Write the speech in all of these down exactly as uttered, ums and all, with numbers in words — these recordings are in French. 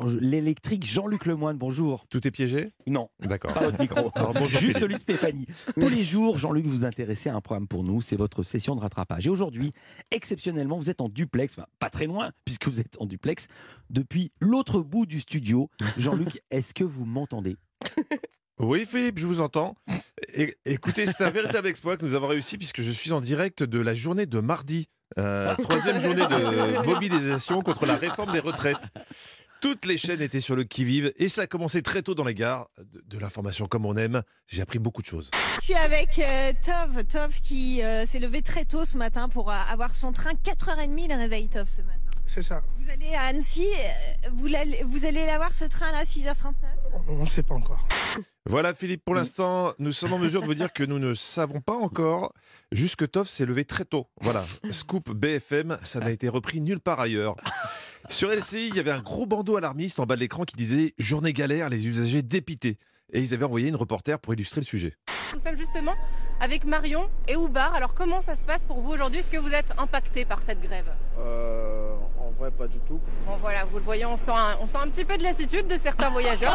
l'électrique Jean-Luc Lemoyne. Bonjour. Tout est piégé? Non. D'accord. Pas votre micro. Alors, bonjour, Juste Philippe. celui de Stéphanie. Tous les jours, Jean-Luc, vous vous intéressez à un programme pour nous. C'est votre session de rattrapage. Et aujourd'hui, exceptionnellement, vous êtes en duplex. Enfin, pas très loin, puisque vous êtes en duplex depuis l'autre bout du studio. Jean-Luc, est-ce que vous m'entendez? Oui, Philippe, je vous entends. É- écoutez, c'est un véritable exploit que nous avons réussi puisque je suis en direct de la journée de mardi. Euh, troisième journée de mobilisation contre la réforme des retraites. Toutes les chaînes étaient sur le qui-vive et ça a commencé très tôt dans les gares. De, de l'information comme on aime, j'ai appris beaucoup de choses. Je suis avec euh, Tov, Tov qui euh, s'est levé très tôt ce matin pour euh, avoir son train. quatre heures trente, le réveil Tov ce matin. C'est ça. Vous allez à Annecy, euh, vous, l'allez- vous allez l'avoir ce train là, six heures trente-neuf. On ne sait pas encore. Voilà Philippe, pour l'instant, nous sommes en mesure de vous dire que nous ne savons pas encore, juste que Toff s'est levé très tôt. Voilà, scoop B F M, ça n'a été repris nulle part ailleurs. Sur L C I, il y avait un gros bandeau alarmiste en bas de l'écran qui disait « Journée galère, les usagers dépités ». Et ils avaient envoyé une reporter pour illustrer le sujet. Nous sommes justement avec Marion et Oubar. Alors comment ça se passe pour vous aujourd'hui? Est-ce que vous êtes impacté par cette grève? Euh, en vrai, pas du tout. Bon voilà, vous le voyez, on sent un, on sent un petit peu de lassitude de certains voyageurs.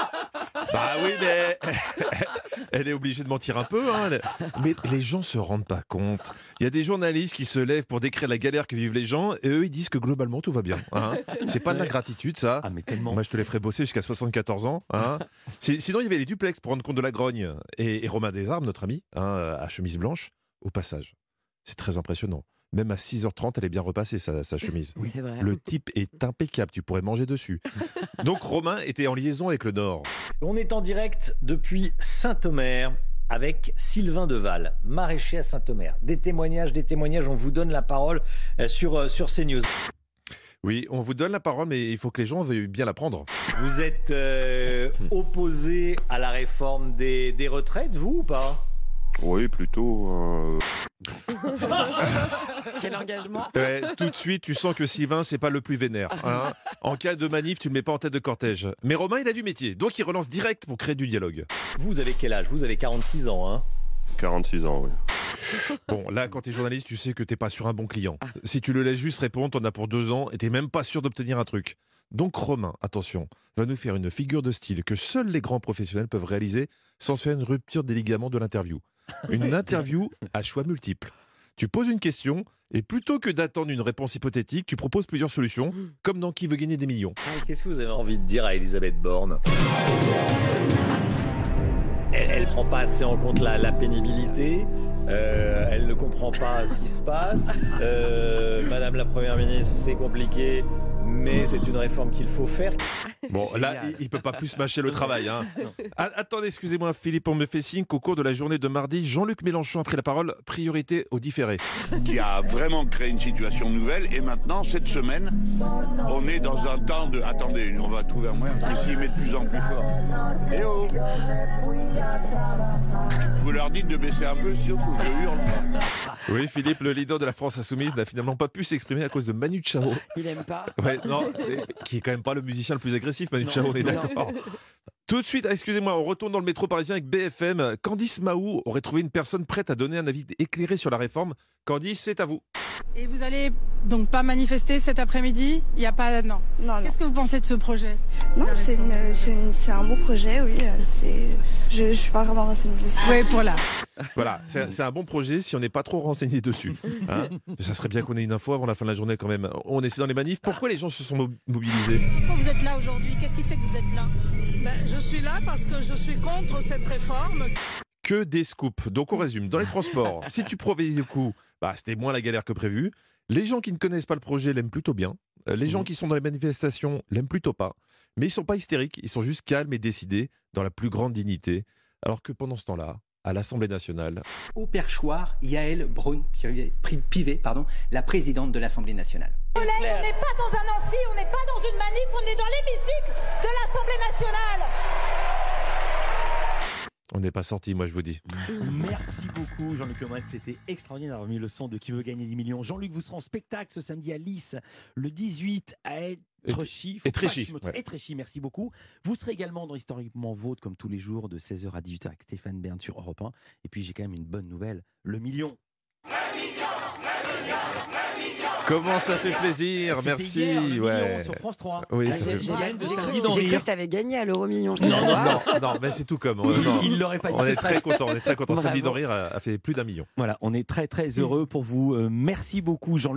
Bah oui, mais elle est obligée de mentir un peu. Hein. Mais les gens se rendent pas compte. Il y a des journalistes qui se lèvent pour décrire la galère que vivent les gens et eux, ils disent que globalement, tout va bien. Hein. C'est pas de l'ingratitude, ça. Ah, mais tellement. Moi, je te les ferai bosser jusqu'à soixante-quatorze ans. Hein. Si- Sinon, il y avait les duplex pour rendre compte de la grogne. Et, et Romain Desarmes, notre ami, hein, à chemise blanche, au passage. C'est très impressionnant. Même à six heures trente, elle est bien repassée, sa, sa chemise. Oui, c'est vrai. Le type est impeccable, tu pourrais manger dessus. Donc Romain était en liaison avec le Nord. On est en direct depuis Saint-Omer avec Sylvain Deval, maraîcher à Saint-Omer. Des témoignages, des témoignages, on vous donne la parole euh, sur, euh, sur CNews. Oui, on vous donne la parole, mais il faut que les gens veuillent bien la prendre. Vous êtes euh, opposé à la réforme des, des retraites, vous ou pas? Oui, plutôt. euh, Quel engagement. Ouais, tout de suite, tu sens que Sylvain, c'est pas le plus vénère. Hein. En cas de manif, tu le mets pas en tête de cortège. Mais Romain, il a du métier, donc il relance direct pour créer du dialogue. Vous avez quel âge? Vous avez quarante-six ans, hein? quarante-six ans, oui. Bon, là, quand t'es journaliste, tu sais que t'es pas sur un bon client. Si tu le laisses juste répondre, t'en as pour deux ans et t'es même pas sûr d'obtenir un truc. Donc Romain, attention, va nous faire une figure de style que seuls les grands professionnels peuvent réaliser sans se faire une rupture des ligaments de l'interview. Une interview à choix multiples. Tu poses une question et plutôt que d'attendre une réponse hypothétique, tu proposes plusieurs solutions, comme dans Qui veut gagner des millions. Qu'est-ce que vous avez envie de dire à Elisabeth Borne? Elle ne prend pas assez en compte la, la pénibilité, euh, elle ne comprend pas ce qui se passe. Euh, Madame la Première ministre, c'est compliqué, mais c'est une réforme qu'il faut faire. Bon, là, il, il peut pas plus mâcher le travail. Hein. A- attendez, excusez-moi, Philippe, on me fait signe qu'au cours de la journée de mardi, Jean-Luc Mélenchon a pris la parole, priorité au différé. Qui a vraiment créé une situation nouvelle. Et maintenant, cette semaine, on est dans un temps de... Attendez, on va trouver un moyen de s'y mettre de plus en plus fort. Eh oh! Vous leur dites de baisser un peu, sauf que je hurle. Oui, Philippe, le leader de la France Insoumise, n'a finalement pas pu s'exprimer à cause de Manu Chao. Il aime pas. Ouais, non, qui est quand même pas le musicien le plus agressif, Manu Chao, on est d'accord. Tout de suite, excusez-moi, on retourne dans le métro parisien avec B F M. Candice Mahou aurait trouvé une personne prête à donner un avis éclairé sur la réforme. Candice, c'est à vous. Et vous allez donc pas manifester cet après-midi? Il y a pas non. Non, non. Qu'est-ce que vous pensez de ce projet? Non, c'est une- c'est une- c'est un beau projet, oui. euh, C'est, je, je suis pas vraiment renseignée dessus. Oui, pour là. Voilà, c'est c'est un bon projet si on n'est pas trop renseigné dessus. Hein. Mais ça serait bien qu'on ait une info avant la fin de la journée quand même. On essaie dans les manifs. Pourquoi les gens se sont mo- mobilisés? Pourquoi vous êtes là aujourd'hui? Qu'est-ce qui fait que vous êtes là? Ben, je suis là parce que je suis contre cette réforme. Que des scoops. Donc on résume. Dans les transports, si tu provais le coup, bah, c'était moins la galère que prévu. Les gens qui ne connaissent pas le projet l'aiment plutôt bien. Euh, Les gens qui sont dans les manifestations l'aiment plutôt pas. Mais ils sont pas hystériques, ils sont juste calmes et décidés dans la plus grande dignité. Alors que pendant ce temps-là, à l'Assemblée nationale, Au perchoir, Yaël Braun-Pivet, pardon, la présidente de l'Assemblée nationale. On n'est pas dans un amphi, on n'est pas dans une manif, on est dans l'hémicycle de l'Assemblée nationale. on n'est pas sorti, moi je vous dis. Merci beaucoup Jean-Luc Lemoyne, c'était extraordinaire d'avoir mis le son de Qui veut gagner dix millions. Jean-Luc, vous serez en spectacle ce samedi à Nice, le dix-huit à Étrechy. Faut Étréchy, pas que je me trompe. ouais. Étréchy, merci beaucoup. Vous serez également dans Historiquement Vôtre comme tous les jours de seize heures à dix-huit heures avec Stéphane Bern sur Europe un. Et puis j'ai quand même une bonne nouvelle, le million. Le million, le million, le million. Comment ça fait plaisir, C'était merci. hier, le ouais. million sur France trois. Oui, Ah, ça j'ai- fait- j'ai- Marianne de j'ai Saint-Denis cru- d'en J'ai cru rire. que tu avais gagné à l'euro million. je Non, te non, vois. Non, non, mais c'est tout comme. euh, non. Il l'aurait pas dit. On ce est serait- très content, on est très content. Bravo. Samedi d'en rire a a fait plus d'un million. Voilà, on est très très heureux pour vous. Euh, merci beaucoup, Jean-Luc.